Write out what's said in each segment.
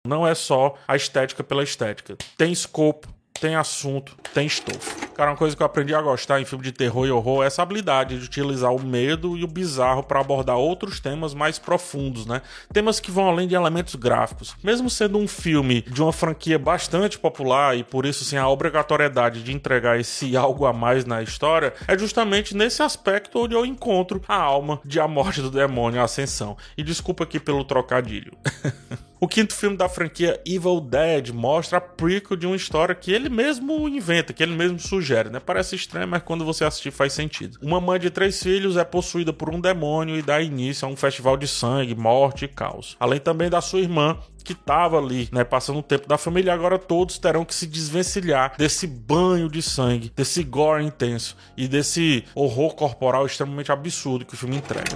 Não é só a estética pela estética. Tem escopo, tem assunto, tem estofo. Cara, uma coisa que eu aprendi a gostar em filme de terror e horror é essa habilidade de utilizar o medo e o bizarro para abordar outros temas mais profundos, né? Temas que vão além de elementos gráficos. Mesmo sendo um filme de uma franquia bastante popular e por isso, sim, a obrigatoriedade de entregar esse algo a mais na história, é justamente nesse aspecto onde eu encontro a alma de A Morte do Demônio, a Ascensão. E desculpa aqui pelo trocadilho. O quinto filme da franquia Evil Dead mostra a prequel de uma história que ele mesmo inventa, que ele mesmo sugere, né? Parece estranho, mas quando você assistir faz sentido. Uma mãe de 3 filhos é possuída por um demônio e dá início a um festival de sangue, morte e caos. Além também da sua irmã, que estava ali, né, passando o tempo da família, agora todos terão que se desvencilhar desse banho de sangue, desse gore intenso e desse horror corporal extremamente absurdo que o filme entrega.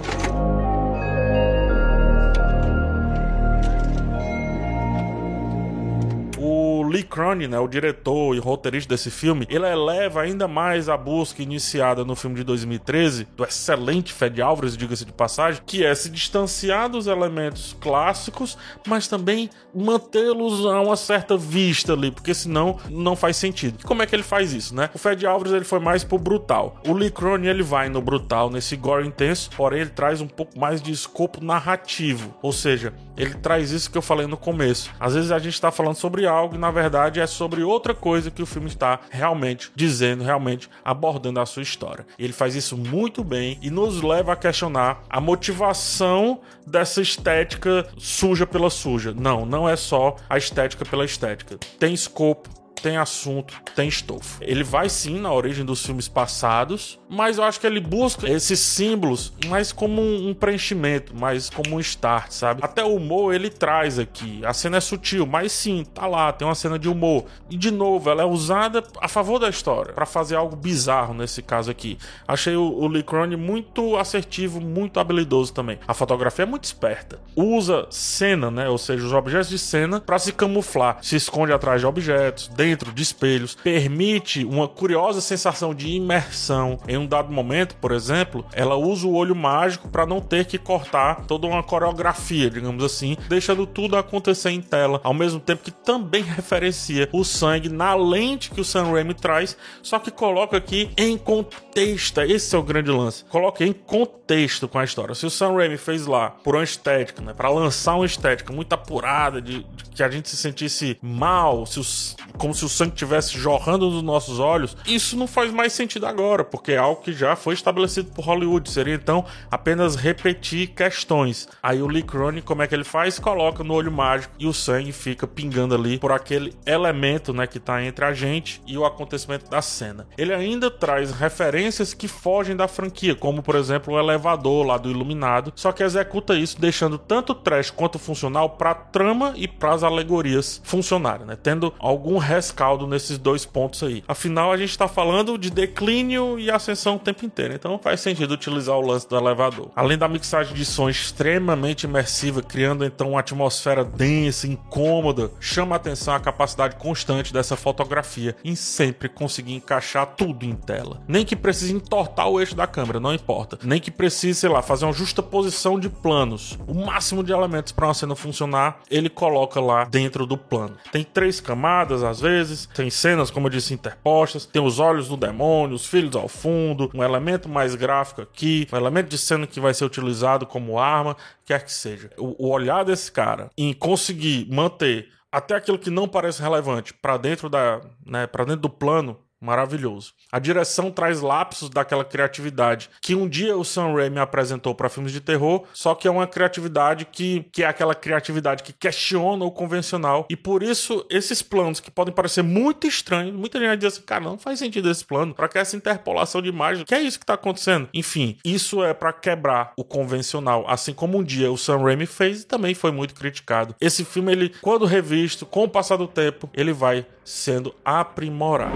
O Lee Cronin, né, o diretor e roteirista desse filme, ele eleva ainda mais a busca iniciada no filme de 2013, do excelente Fede Álvares, diga-se de passagem, que é se distanciar dos elementos clássicos, mas também mantê-los a uma certa vista ali, porque senão não faz sentido. E como é que ele faz isso, né? O Fede Álvares, ele foi mais pro brutal. O Lee Cronin, ele vai no brutal, nesse gore intenso, porém ele traz um pouco mais de escopo narrativo, ou seja, ele traz isso que eu falei no começo. Às vezes a gente tá falando sobre algo e na verdade é sobre outra coisa que o filme está realmente dizendo, realmente abordando a sua história. Ele faz isso muito bem e nos leva a questionar a motivação dessa estética suja pela suja. Não é só a estética pela estética. Tem escopo, tem assunto, tem estofo. Ele vai sim na origem dos filmes passados, mas eu acho que ele busca esses símbolos mais como um preenchimento, mais como um start, sabe? Até o humor ele traz aqui. A cena é sutil, mas sim, tá lá, tem uma cena de humor. E de novo, ela é usada a favor da história, pra fazer algo bizarro nesse caso aqui. Achei o Lee Cronin muito assertivo, muito habilidoso também. A fotografia é muito esperta. Usa cena, né? Ou seja, os objetos de cena pra se camuflar. Se esconde atrás de objetos, dentro de espelhos, permite uma curiosa sensação de imersão. Em um dado momento, por exemplo, ela usa o olho mágico para não ter que cortar toda uma coreografia, digamos assim, deixando tudo acontecer em tela, ao mesmo tempo que também referencia o sangue na lente que o Sam Raimi traz, só que coloca aqui em contexto. Esse é o grande lance. Coloca em contexto com a história. Se o Sam Raimi fez lá por uma estética, né, para lançar uma estética muito apurada, de que a gente se sentisse mal, como se o sangue estivesse jorrando dos nossos olhos, isso não faz mais sentido agora, porque é algo que já foi estabelecido por Hollywood. Seria então apenas repetir questões. Aí o Lee Cronin, como é que ele faz? Coloca no olho mágico e o sangue fica pingando ali por aquele elemento, né, que tá entre a gente e o acontecimento da cena. Ele ainda traz referências que fogem da franquia, como por exemplo o elevador lá do Iluminado, só que executa isso deixando tanto trash quanto funcional pra trama e pras alegorias funcionarem, né, tendo algum rescaldo nesses dois pontos aí. Afinal, a gente tá falando de declínio e ascensão o tempo inteiro, então faz sentido utilizar o lance do elevador. Além da mixagem de som extremamente imersiva, criando então uma atmosfera densa, incômoda, chama a atenção a capacidade constante dessa fotografia em sempre conseguir encaixar tudo em tela. Nem que precise entortar o eixo da câmera, não importa. Nem que precise, sei lá, fazer uma justaposição de planos. O máximo de elementos para uma cena funcionar, ele coloca lá dentro do plano. Tem 3 camadas, às vezes, tem cenas, como eu disse, interpostas, tem os olhos do demônio, os filhos ao fundo, um elemento mais gráfico aqui, um elemento de cena que vai ser utilizado como arma, quer que seja. O olhar desse cara em conseguir manter até aquilo que não parece relevante para dentro para dentro do plano, maravilhoso. A direção traz lapsos daquela criatividade que um dia o Sam Raimi apresentou para filmes de terror, só que é uma criatividade que é aquela criatividade que questiona o convencional, e por isso esses planos que podem parecer muito estranhos, muita gente diz assim, cara, não faz sentido esse plano, para que essa interpolação de imagem, que é isso que tá acontecendo? Enfim, isso é para quebrar o convencional, assim como um dia o Sam Raimi fez e também foi muito criticado. Esse filme, ele, quando revisto, com o passar do tempo, ele vai sendo aprimorado.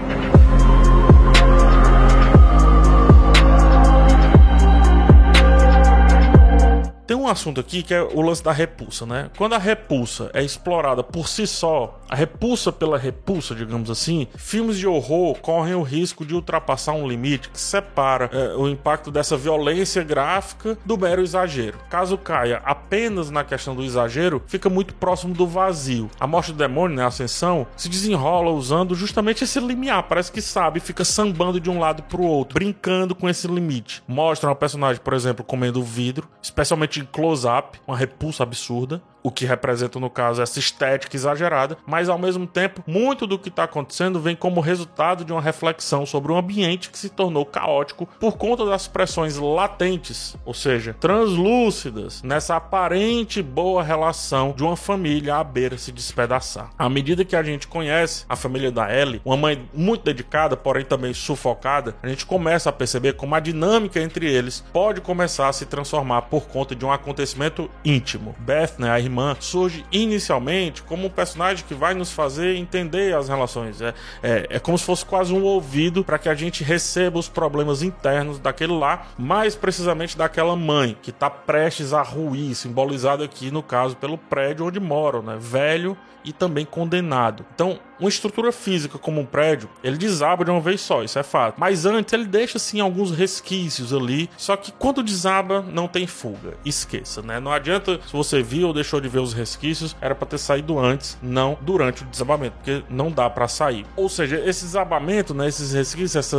Tem um assunto aqui que é o lance da repulsa, né? Quando a repulsa é explorada por si só, a repulsa pela repulsa, digamos assim, filmes de horror correm o risco de ultrapassar um limite que separa o impacto dessa violência gráfica do mero exagero. Caso caia apenas na questão do exagero, fica muito próximo do vazio. A morte do demônio, né, a Ascensão, se desenrola usando justamente esse limiar. Parece que sabe, fica sambando de um lado pro outro, brincando com esse limite. Mostra uma personagem, por exemplo, comendo vidro, especialmente em close-up, uma repulsa absurda, o que representa, no caso, essa estética exagerada, mas ao mesmo tempo, muito do que está acontecendo vem como resultado de uma reflexão sobre um ambiente que se tornou caótico por conta das pressões latentes, ou seja, translúcidas, nessa aparente boa relação de uma família à beira se despedaçar. À medida que a gente conhece a família da Ellie, uma mãe muito dedicada, porém também sufocada, a gente começa a perceber como a dinâmica entre eles pode começar a se transformar por conta de um acontecimento íntimo. Beth, né, a irmã, surge inicialmente como um personagem que vai nos fazer entender as relações. É como se fosse quase um ouvido para que a gente receba os problemas internos daquele lá, mais precisamente daquela mãe que está prestes a ruir, simbolizado aqui no caso pelo prédio onde moram, né? Velho e também condenado. Então, uma estrutura física como um prédio, ele desaba de uma vez só, isso é fato. Mas antes ele deixa assim alguns resquícios ali, só que quando desaba não tem fuga. Esqueça, né? Não adianta se você viu ou deixou de ver os resquícios, era para ter saído antes, não durante o desabamento, porque não dá para sair. Ou seja, esse desabamento, né, esses resquícios,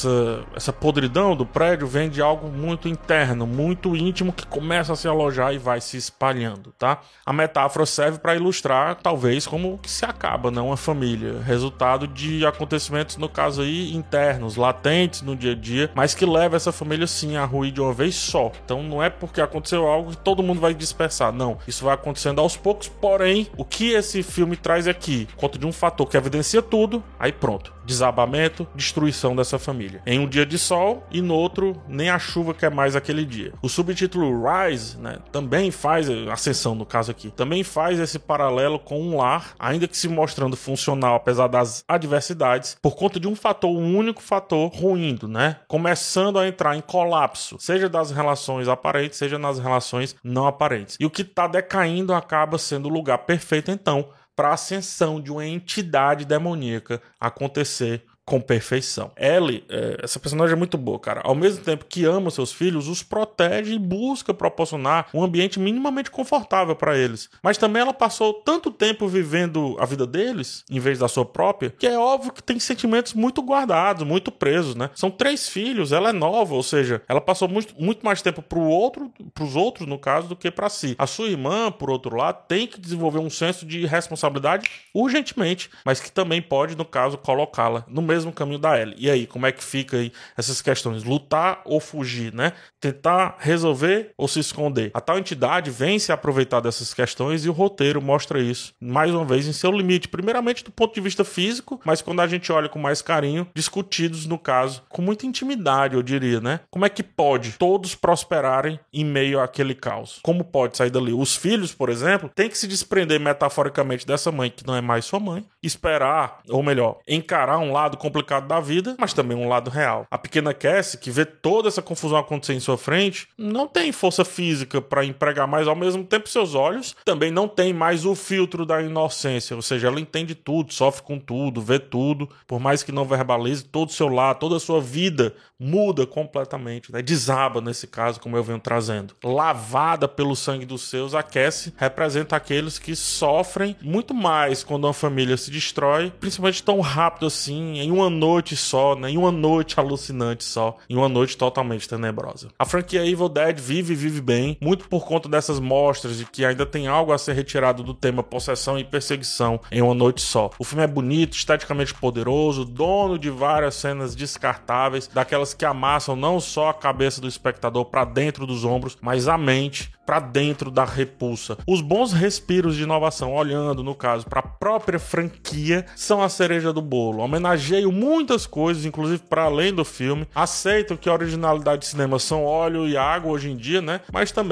essa podridão do prédio vem de algo muito interno, muito íntimo, que começa a se alojar e vai se espalhando, tá? A metáfora serve para ilustrar, talvez, como que se acaba, né, uma família, resultado de acontecimentos, no caso aí, internos, latentes no dia a dia, mas que leva essa família sim a ruir de uma vez só. Então não é porque aconteceu algo que todo mundo vai dispersar, não. Isso vai acontecendo aos poucos, porém, o que esse filme traz aqui, conta de um fator que evidencia tudo, aí pronto. Desabamento, destruição dessa família. Em um dia de sol e no outro, nem a chuva quer mais aquele dia. O subtítulo Rise, né, também faz, Ascensão no caso aqui, também faz esse paralelo com um lar, ainda que se mostrando funcional apesar das adversidades, por conta de um fator, um único fator ruindo, né? Começando a entrar em colapso, seja das relações aparentes, seja nas relações não aparentes. E o que está decaindo acaba sendo o lugar perfeito, então, para a ascensão de uma entidade demoníaca acontecer com perfeição. Ellie, essa personagem é muito boa, cara. Ao mesmo tempo que ama seus filhos, os protege e busca proporcionar um ambiente minimamente confortável para eles. Mas também ela passou tanto tempo vivendo a vida deles, em vez da sua própria, que é óbvio que tem sentimentos muito guardados, muito presos, né? São 3 filhos, ela é nova, ou seja, ela passou muito mais tempo pros outros, no caso, do que para si. A sua irmã, por outro lado, tem que desenvolver um senso de responsabilidade urgentemente, mas que também pode, no caso, colocá-la no mesmo caminho da Ellie. E aí, como é que fica aí essas questões? Lutar ou fugir, né? Tentar resolver ou se esconder? A tal entidade vem se aproveitar dessas questões e o roteiro mostra isso, mais uma vez, em seu limite. Primeiramente do ponto de vista físico, mas quando a gente olha com mais carinho, discutidos, no caso, com muita intimidade, eu diria, né? Como é que pode todos prosperarem em meio àquele caos? Como pode sair dali? Os filhos, por exemplo, têm que se desprender metaforicamente dessa mãe que não é mais sua mãe, esperar, ou melhor, encarar um lado complicado da vida, mas também um lado real. A pequena Cassie, que vê toda essa confusão acontecer em sua frente, não tem força física para empregar mais ao mesmo tempo seus olhos, também não tem mais o filtro da inocência, ou seja, ela entende tudo, sofre com tudo, vê tudo, por mais que não verbalize, todo o seu lado, toda a sua vida muda completamente, né? Desaba nesse caso, como eu venho trazendo. Lavada pelo sangue dos seus, a Cassie representa aqueles que sofrem muito mais quando uma família se destrói, principalmente tão rápido assim, em uma noite só, né? Em uma noite alucinante só, em uma noite totalmente tenebrosa. A franquia Evil Dead vive bem, muito por conta dessas mostras de que ainda tem algo a ser retirado do tema possessão e perseguição em uma noite só. O filme é bonito, esteticamente poderoso, dono de várias cenas descartáveis, daquelas que amassam não só a cabeça do espectador para dentro dos ombros, mas a mente para dentro da repulsa. Os bons respiros de inovação, olhando, no caso, para a própria franquia, são a cereja do bolo. Homenageio muitas coisas, inclusive para além do filme. Aceito que a originalidade de cinema são óleo e água hoje em dia, né? Mas também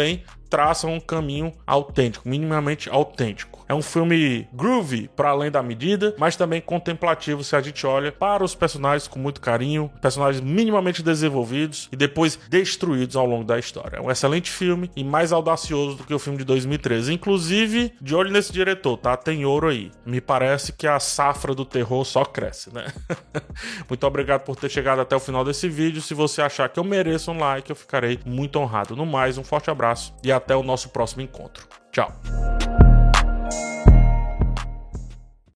traça um caminho autêntico, minimamente autêntico. É um filme groovy para além da medida, mas também contemplativo se a gente olha para os personagens com muito carinho, personagens minimamente desenvolvidos e depois destruídos ao longo da história. É um excelente filme e mais audacioso do que o filme de 2013. Inclusive, de olho nesse diretor, tá? Tem ouro aí. Me parece que a safra do terror só cresce, né? Muito obrigado por ter chegado até o final desse vídeo. Se você achar que eu mereço um like, eu ficarei muito honrado. No mais, um forte abraço e até o nosso próximo encontro. Tchau!